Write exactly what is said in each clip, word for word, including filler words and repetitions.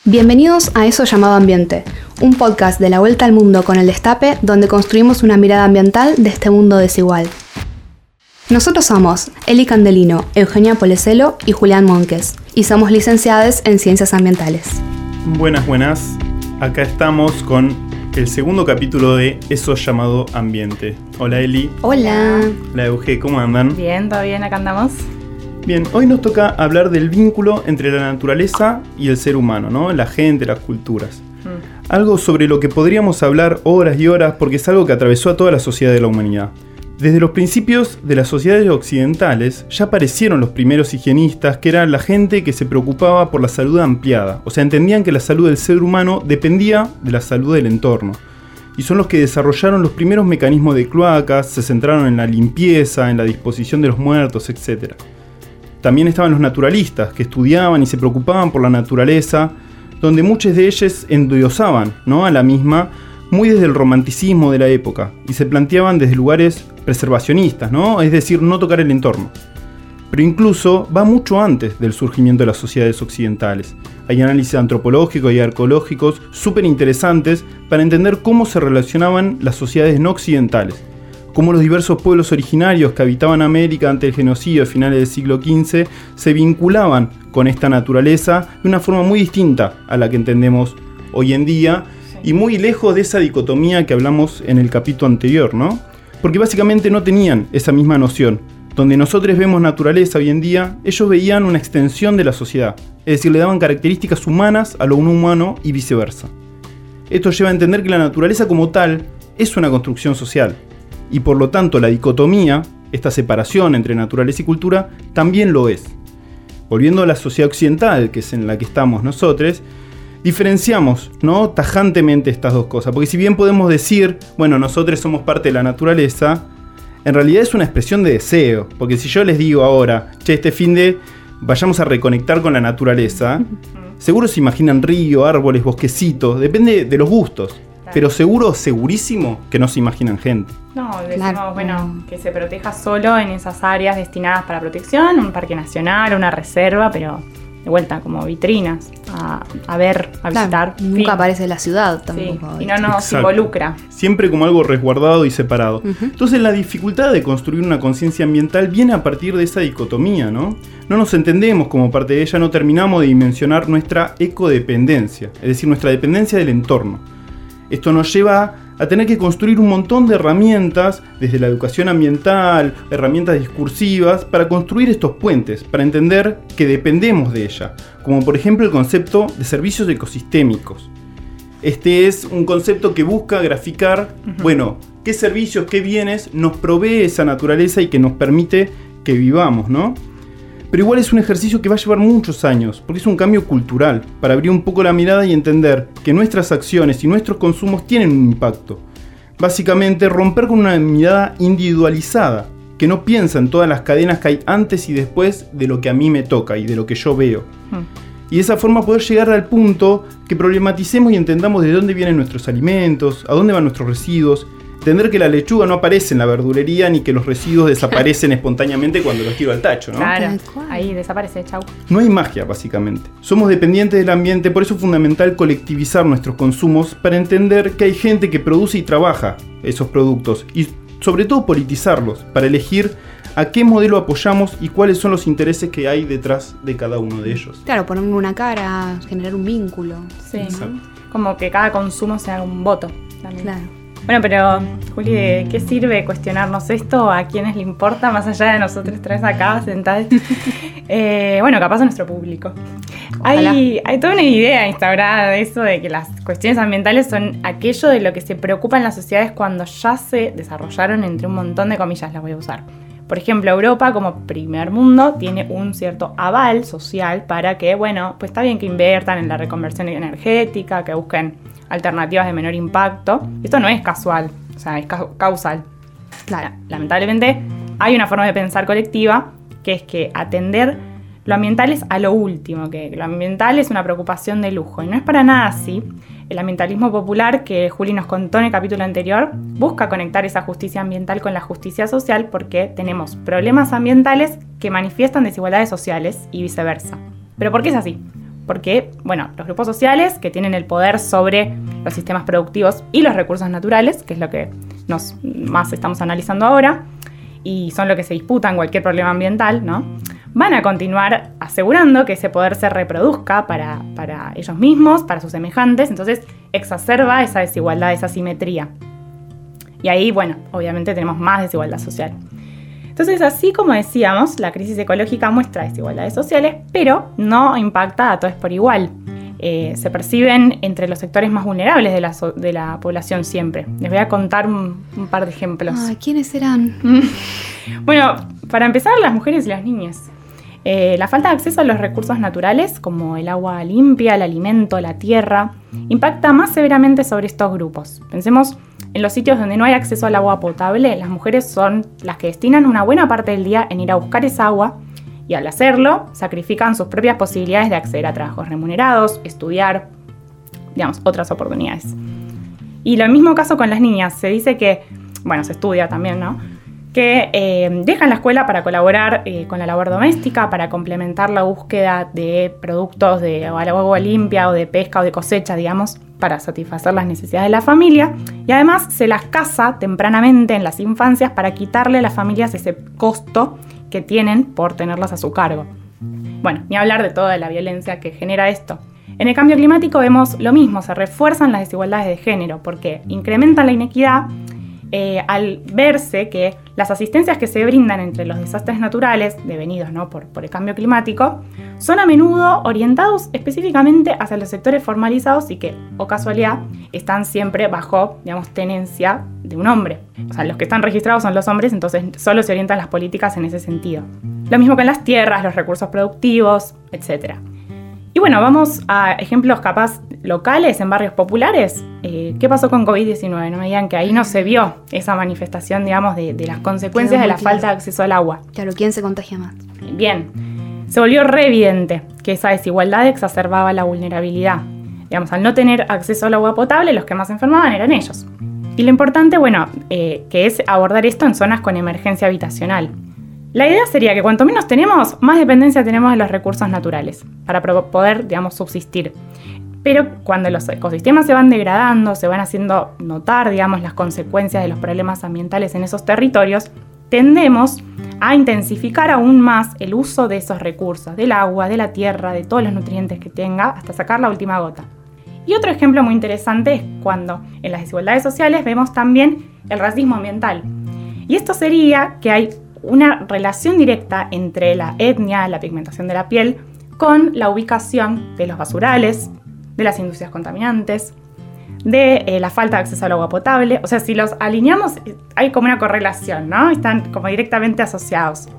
Bienvenidos a Eso Llamado Ambiente, un podcast de la vuelta al mundo con el Destape, donde construimos una mirada ambiental de este mundo desigual. Nosotros somos Eli Candelino, Eugenia Polecelo y Julián Monques, y somos licenciados en Ciencias Ambientales. Buenas, buenas. Acá estamos con el segundo capítulo de Eso Llamado Ambiente. Hola Eli. Hola. Hola Euge, ¿cómo andan? Bien, todo bien, acá andamos. Bien, hoy nos toca hablar del vínculo entre la naturaleza y el ser humano, ¿no? La gente, las culturas. Mm. Algo sobre lo que podríamos hablar horas y horas porque es algo que atravesó a toda la sociedad de la humanidad. Desde los principios de las sociedades occidentales ya aparecieron los primeros higienistas, que eran la gente que se preocupaba por la salud ampliada. O sea, entendían que la salud del ser humano dependía de la salud del entorno. Y son los que desarrollaron los primeros mecanismos de cloacas, se centraron en la limpieza, en la disposición de los muertos, etcétera. También estaban los naturalistas, que estudiaban y se preocupaban por la naturaleza, donde muchos de ellos endiosaban, ¿no?, a la misma, muy desde el romanticismo de la época, y se planteaban desde lugares preservacionistas, ¿no?, es decir, no tocar el entorno. Pero incluso va mucho antes del surgimiento de las sociedades occidentales. Hay análisis antropológicos y arqueológicos súper interesantes para entender cómo se relacionaban las sociedades no occidentales, cómo los diversos pueblos originarios que habitaban América ante el genocidio a finales del siglo quince se vinculaban con esta naturaleza de una forma muy distinta a la que entendemos hoy en día y muy lejos de esa dicotomía que hablamos en el capítulo anterior, ¿no? Porque básicamente no tenían esa misma noción. Donde nosotros vemos naturaleza hoy en día, ellos veían una extensión de la sociedad, es decir, le daban características humanas a lo no humano y viceversa. Esto lleva a entender que la naturaleza como tal es una construcción social. Y por lo tanto la dicotomía, esta separación entre naturaleza y cultura, también lo es. Volviendo a la sociedad occidental, que es en la que estamos nosotros, diferenciamos, ¿no?, tajantemente estas dos cosas. Porque si bien podemos decir, bueno, nosotros somos parte de la naturaleza, en realidad es una expresión de deseo. Porque si yo les digo ahora, che, este fin de vayamos a reconectar con la naturaleza, seguro se imaginan río, árboles, bosquecitos, depende de los gustos. Pero seguro, segurísimo, que no se imaginan gente. No, decimos, claro. Bueno, que se proteja solo en esas áreas destinadas para protección, un parque nacional, una reserva, pero de vuelta, como vitrinas, a, a ver, a visitar. Claro, nunca fin. Aparece la ciudad tampoco. Sí, y no nos involucra. Siempre como algo resguardado y separado. Uh-huh. Entonces la dificultad de construir una conciencia ambiental viene a partir de esa dicotomía, ¿no? No nos entendemos como parte de ella, no terminamos de dimensionar nuestra ecodependencia, es decir, nuestra dependencia del entorno. Esto nos lleva a tener que construir un montón de herramientas, desde la educación ambiental, herramientas discursivas, para construir estos puentes, para entender que dependemos de ella, como por ejemplo el concepto de servicios ecosistémicos. Este es un concepto que busca graficar, uh-huh. bueno, qué servicios, qué bienes nos provee esa naturaleza y que nos permite que vivamos, ¿no? Pero igual es un ejercicio que va a llevar muchos años, porque es un cambio cultural, para abrir un poco la mirada y entender que nuestras acciones y nuestros consumos tienen un impacto. Básicamente, romper con una mirada individualizada, que no piensa en todas las cadenas que hay antes y después de lo que a mí me toca y de lo que yo veo. Hmm. Y de esa forma poder llegar al punto que problematicemos y entendamos de dónde vienen nuestros alimentos, a dónde van nuestros residuos. Entender que la lechuga no aparece en la verdulería ni que los residuos desaparecen espontáneamente cuando los tiro al tacho, ¿no? Claro, ahí desaparece, chau. No hay magia, básicamente. Somos dependientes del ambiente, por eso es fundamental colectivizar nuestros consumos para entender que hay gente que produce y trabaja esos productos y sobre todo politizarlos para elegir a qué modelo apoyamos y cuáles son los intereses que hay detrás de cada uno de ellos. Claro, ponerle una cara, generar un vínculo. Sí, ¿no? Como que cada consumo sea un voto también. Claro. Bueno, pero, Juli, ¿de qué sirve cuestionarnos esto? ¿A quiénes le importa, más allá de nosotros tres acá sentados? eh, bueno, capaz a nuestro público. Hay, hay toda una idea instaurada de eso, de que las cuestiones ambientales son aquello de lo que se preocupan las sociedades cuando ya se desarrollaron, entre un montón de comillas, las voy a usar. Por ejemplo, Europa, como primer mundo, tiene un cierto aval social para que, bueno, pues está bien que inviertan en la reconversión energética, que busquen alternativas de menor impacto. Esto no es casual, o sea, es ca- causal. Claro. Lamentablemente, hay una forma de pensar colectiva, que es que atender lo ambiental es a lo último, que lo ambiental es una preocupación de lujo, y no es para nada así. El ambientalismo popular, que Juli nos contó en el capítulo anterior, busca conectar esa justicia ambiental con la justicia social porque tenemos problemas ambientales que manifiestan desigualdades sociales y viceversa. ¿Pero por qué es así? porque, bueno, los grupos sociales que tienen el poder sobre los sistemas productivos y los recursos naturales, que es lo que nos más estamos analizando ahora, y son lo que se disputa en cualquier problema ambiental, ¿no? Van a continuar asegurando que ese poder se reproduzca para, para ellos mismos, para sus semejantes, entonces exacerba esa desigualdad, esa asimetría. Y ahí, bueno, obviamente tenemos más desigualdad social. Entonces, así como decíamos, la crisis ecológica muestra desigualdades sociales, pero no impacta a todos por igual. Eh, se perciben entre los sectores más vulnerables de la, so- de la población siempre. Les voy a contar un, un par de ejemplos. Ay, ¿quiénes serán? Bueno, para empezar, las mujeres y las niñas. Eh, la falta de acceso a los recursos naturales, como el agua limpia, el alimento, la tierra, impacta más severamente sobre estos grupos. Pensemos en los sitios donde no hay acceso al agua potable. Las mujeres son las que destinan una buena parte del día en ir a buscar esa agua y al hacerlo sacrifican sus propias posibilidades de acceder a trabajos remunerados, estudiar, digamos, otras oportunidades. Y lo mismo caso con las niñas. Se dice que, bueno, se estudia también, ¿no?, que eh, dejan la escuela para colaborar eh, con la labor doméstica, para complementar la búsqueda de productos de agua limpia o de pesca o de cosecha, digamos, para satisfacer las necesidades de la familia. Y además se las casa tempranamente en las infancias para quitarle a las familias ese costo que tienen por tenerlas a su cargo. Bueno, ni hablar de toda la violencia que genera esto. En el cambio climático vemos lo mismo, se refuerzan las desigualdades de género porque incrementan la inequidad eh, al verse que las asistencias que se brindan entre los desastres naturales, devenidos, ¿no?, por, por el cambio climático, son a menudo orientados específicamente hacia los sectores formalizados y que, o casualidad, están siempre bajo, digamos, tenencia de un hombre. O sea, los que están registrados son los hombres, entonces solo se orientan las políticas en ese sentido. Lo mismo con las tierras, los recursos productivos, etcétera. Y bueno, vamos a ejemplos capaz locales en barrios populares. Eh, ¿Qué pasó con COVID diecinueve? No me digan que ahí no se vio esa manifestación, digamos, de, de las consecuencias de la claro. falta de acceso al agua. Claro, ¿quién se contagia más? Bien, se volvió re evidente que esa desigualdad exacerbaba la vulnerabilidad. Digamos, al no tener acceso al agua potable, los que más se enfermaban eran ellos. Y lo importante, bueno, eh, que es abordar esto en zonas con emergencia habitacional. La idea sería que cuanto menos tenemos, más dependencia tenemos de los recursos naturales para poder, digamos, subsistir. Pero cuando los ecosistemas se van degradando, se van haciendo notar, digamos, las consecuencias de los problemas ambientales en esos territorios, tendemos a intensificar aún más el uso de esos recursos, del agua, de la tierra, de todos los nutrientes que tenga, hasta sacar la última gota. Y otro ejemplo muy interesante es cuando en las desigualdades sociales vemos también el racismo ambiental. Y esto sería que hay una relación directa entre la etnia, la pigmentación de la piel, con la ubicación de los basurales, de las industrias contaminantes, de eh, la falta de acceso al agua potable. O sea, si los alineamos, hay como una correlación, ¿no? Están como directamente asociados.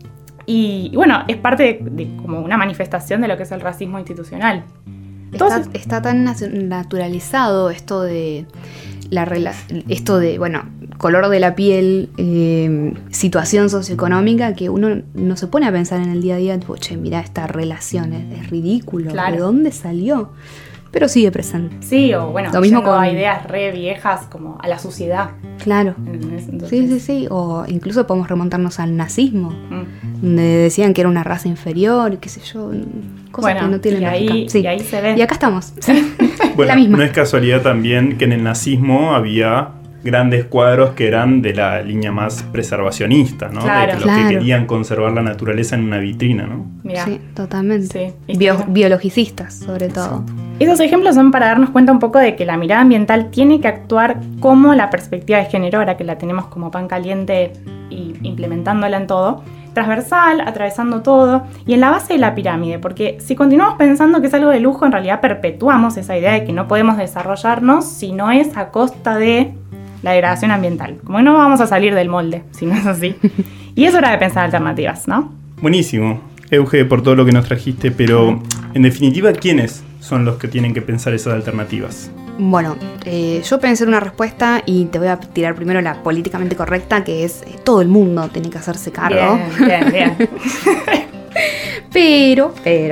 Y, y bueno, es parte de, de como una manifestación de lo que es el racismo institucional. Entonces, está, está tan naturalizado esto de la rela- esto de, bueno, color de la piel, eh, situación socioeconómica, que uno no se pone a pensar en el día a día, tipo, che, mirá esta relación, es, es ridículo, claro. ¿De dónde salió? Pero sigue presente. Sí, o bueno, lo mismo con a ideas re viejas como a la suciedad. Claro. Entonces, sí, sí, sí. O incluso podemos remontarnos al nazismo, mm. donde decían que era una raza inferior, qué sé yo, cosas bueno, que no tienen y ahí, lógica. Sí. y ahí se ve. Y acá estamos. Bueno, la misma. No es casualidad también que en el nazismo había grandes cuadros que eran de la línea más preservacionista, ¿no? Claro. De los Claro. que querían conservar la naturaleza en una vitrina, ¿no? Mirá. Sí, totalmente. Sí. Bio- biologicistas, sobre todo. Esos ejemplos son para darnos cuenta un poco de que la mirada ambiental tiene que actuar como la perspectiva de género, ahora que la tenemos como pan caliente y implementándola en todo, transversal, atravesando todo y en la base de la pirámide, porque si continuamos pensando que es algo de lujo, en realidad perpetuamos esa idea de que no podemos desarrollarnos si no es a costa de la degradación ambiental. Como que no vamos a salir del molde, si no es así. Y es hora de pensar alternativas, ¿no? Buenísimo, Euge, por todo lo que nos trajiste, pero en definitiva, ¿quiénes son los que tienen que pensar esas alternativas? Bueno, eh, yo pensé en una respuesta y te voy a tirar primero la políticamente correcta, que es eh, todo el mundo tiene que hacerse cargo. Bien, bien, bien. Pero, pero,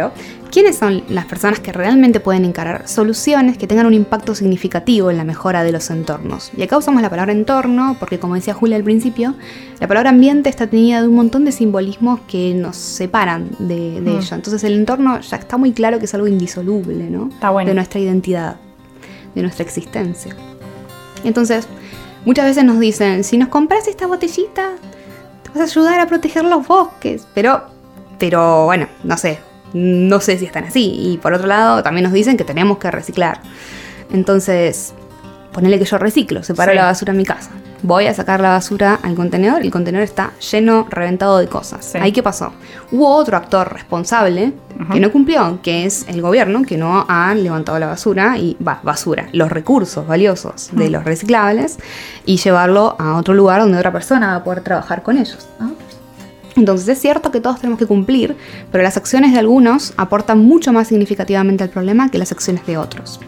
¿quiénes son las personas que realmente pueden encarar soluciones que tengan un impacto significativo en la mejora de los entornos? Y acá usamos la palabra entorno porque, como decía Julia al principio, la palabra ambiente está teñida de un montón de simbolismos que nos separan de, de mm. ello. Entonces el entorno ya está muy claro que es algo indisoluble, ¿no? Está bueno. De nuestra identidad, de nuestra existencia. Entonces, muchas veces nos dicen, si nos compras esta botellita, te vas a ayudar a proteger los bosques. Pero, pero bueno, no sé. No sé si están así. Y por otro lado, también nos dicen que tenemos que reciclar. Entonces, ponele que yo reciclo, separo sí. la basura en mi casa. Voy a sacar la basura al contenedor y el contenedor está lleno, reventado de cosas. Sí. ¿Ahí qué pasó? Hubo otro actor responsable uh-huh. que no cumplió, que es el gobierno, que no ha levantado la basura, y va, basura, los recursos valiosos uh-huh. de los reciclables, y llevarlo a otro lugar donde otra persona va a poder trabajar con ellos, ¿no? Entonces es cierto que todos tenemos que cumplir, pero las acciones de algunos aportan mucho más significativamente al problema que las acciones de otros.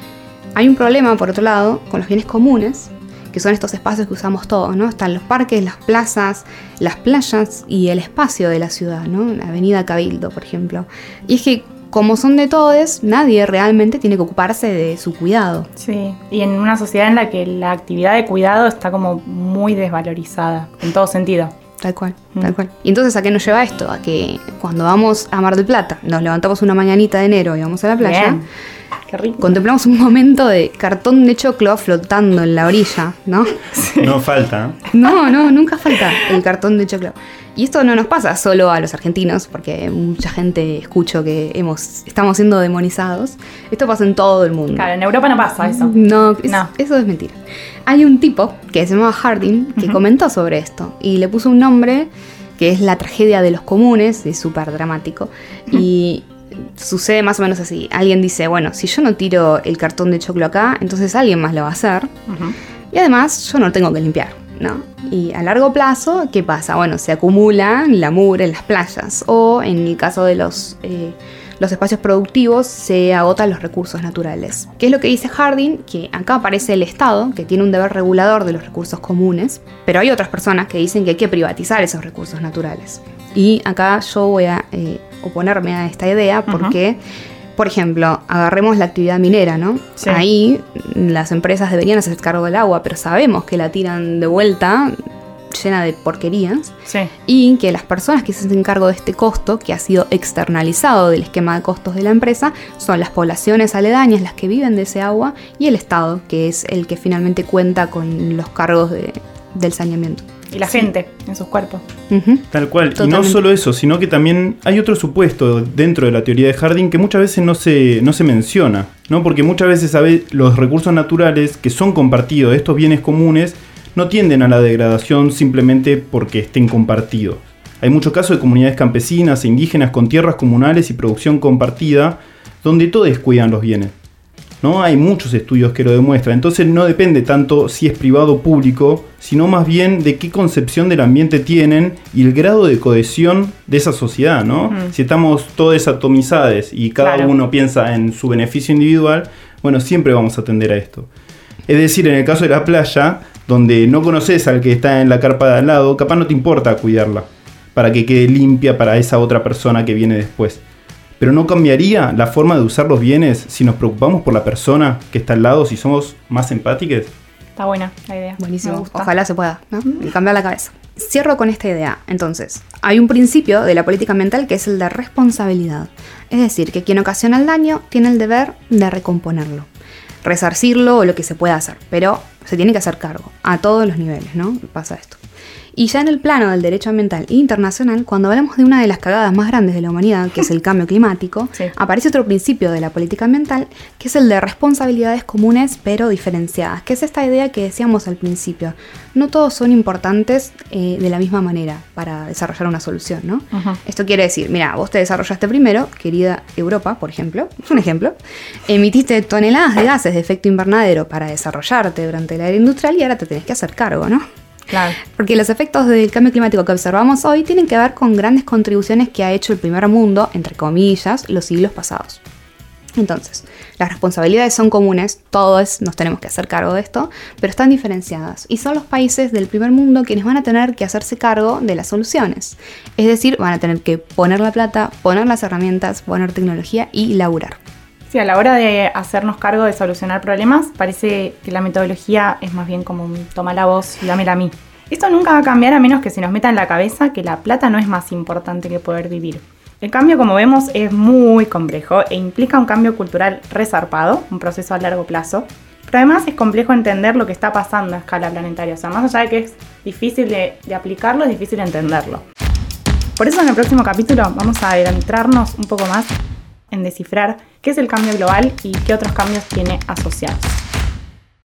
Hay un problema, por otro lado, con los bienes comunes, que son estos espacios que usamos todos, ¿no? Están los parques, las plazas, las playas y el espacio de la ciudad, ¿no? La avenida Cabildo, por ejemplo. Y es que, como son de todos, nadie realmente tiene que ocuparse de su cuidado. Sí, y en una sociedad en la que la actividad de cuidado está como muy desvalorizada, en todo sentido. Tal cual, mm. tal cual. Y entonces, ¿a qué nos lleva esto? A que cuando vamos a Mar del Plata, nos levantamos una mañanita de enero y vamos a la playa, bien. Qué rico. Contemplamos un momento de cartón de choclo flotando en la orilla, ¿no? Sí. No falta. No, no, nunca falta el cartón de choclo. Y esto no nos pasa solo a los argentinos, porque mucha gente escucho que hemos estamos siendo demonizados. Esto pasa en todo el mundo. Claro, en Europa no pasa eso. No, es, no. Eso es mentira. Hay un tipo que se llama Harding que uh-huh. comentó sobre esto y le puso un nombre que es la tragedia de los comunes, es súper dramático. Uh-huh. Y sucede más o menos así. Alguien dice, bueno, si yo no tiro el cartón de choclo acá, entonces alguien más lo va a hacer. Uh-huh. Y además yo no lo tengo que limpiar, ¿no? Y a largo plazo, ¿qué pasa? Bueno, se acumula la mugre en las playas o en el caso de los, eh, los espacios productivos se agotan los recursos naturales. ¿Qué es lo que dice Harding? Que acá aparece el Estado, que tiene un deber regulador de los recursos comunes, pero hay otras personas que dicen que hay que privatizar esos recursos naturales. Y acá yo voy a eh, oponerme a esta idea porque... Uh-huh. Por ejemplo, agarremos la actividad minera, ¿no? Sí. Ahí las empresas deberían hacer cargo del agua, pero sabemos que la tiran de vuelta llena de porquerías. Sí. Y que las personas que se hacen cargo de este costo, que ha sido externalizado del esquema de costos de la empresa, son las poblaciones aledañas, las que viven de ese agua, y el Estado, que es el que finalmente cuenta con los cargos de, del saneamiento. Y la sí. gente en sus cuerpos. Uh-huh. Tal cual. Totalmente. Y no solo eso, sino que también hay otro supuesto dentro de la teoría de Harding que muchas veces no se, no se menciona, ¿no? Porque muchas veces ¿sabe? Los recursos naturales que son compartidos, estos bienes comunes, no tienden a la degradación simplemente porque estén compartidos. Hay muchos casos de comunidades campesinas e indígenas con tierras comunales y producción compartida, donde todos cuidan los bienes, ¿no? Hay muchos estudios que lo demuestran. Entonces no depende tanto si es privado o público, sino más bien de qué concepción del ambiente tienen y el grado de cohesión de esa sociedad, ¿no? Uh-huh. Si estamos todos atomizados y cada claro. uno piensa en su beneficio individual, bueno, siempre vamos a atender a esto. Es decir, en el caso de la playa, donde no conoces al que está en la carpa de al lado, capaz no te importa cuidarla para que quede limpia para esa otra persona que viene después. Pero ¿no cambiaría la forma de usar los bienes si nos preocupamos por la persona que está al lado, si somos más empáticos? Está buena la idea. Buenísimo. Ojalá se pueda, ¿no? Y cambiar la cabeza. Cierro con esta idea. Entonces, hay un principio de la política ambiental que es el de responsabilidad. Es decir, que quien ocasiona el daño tiene el deber de recomponerlo, resarcirlo o lo que se pueda hacer. Pero se tiene que hacer cargo a todos los niveles, ¿no? Pasa esto. Y ya en el plano del derecho ambiental internacional, cuando hablamos de una de las cagadas más grandes de la humanidad, que es el cambio climático, sí. aparece otro principio de la política ambiental, que es el de responsabilidades comunes pero diferenciadas, que es esta idea que decíamos al principio. No todos son importantes eh, de la misma manera para desarrollar una solución, ¿no? Uh-huh. Esto quiere decir, mira, vos te desarrollaste primero, querida Europa, por ejemplo, es un ejemplo, emitiste toneladas de gases de efecto invernadero para desarrollarte durante la era industrial y ahora te tenés que hacer cargo, ¿no? Claro. Porque los efectos del cambio climático que observamos hoy tienen que ver con grandes contribuciones que ha hecho el primer mundo, entre comillas, los siglos pasados. Entonces, las responsabilidades son comunes, todos nos tenemos que hacer cargo de esto, pero están diferenciadas y son los países del primer mundo quienes van a tener que hacerse cargo de las soluciones. Es decir, van a tener que poner la plata, poner las herramientas, poner tecnología y laburar. Sí, a la hora de hacernos cargo de solucionar problemas, parece que la metodología es más bien como un toma la voz y dámela a mí. Esto nunca va a cambiar a menos que se nos meta en la cabeza que la plata no es más importante que poder vivir. El cambio, como vemos, es muy complejo e implica un cambio cultural resarpado, un proceso a largo plazo. Pero además es complejo entender lo que está pasando a escala planetaria. O sea, más allá de que es difícil de, de aplicarlo, es difícil entenderlo. Por eso en el próximo capítulo vamos a adentrarnos un poco más en descifrar qué es el cambio global y qué otros cambios tiene asociados.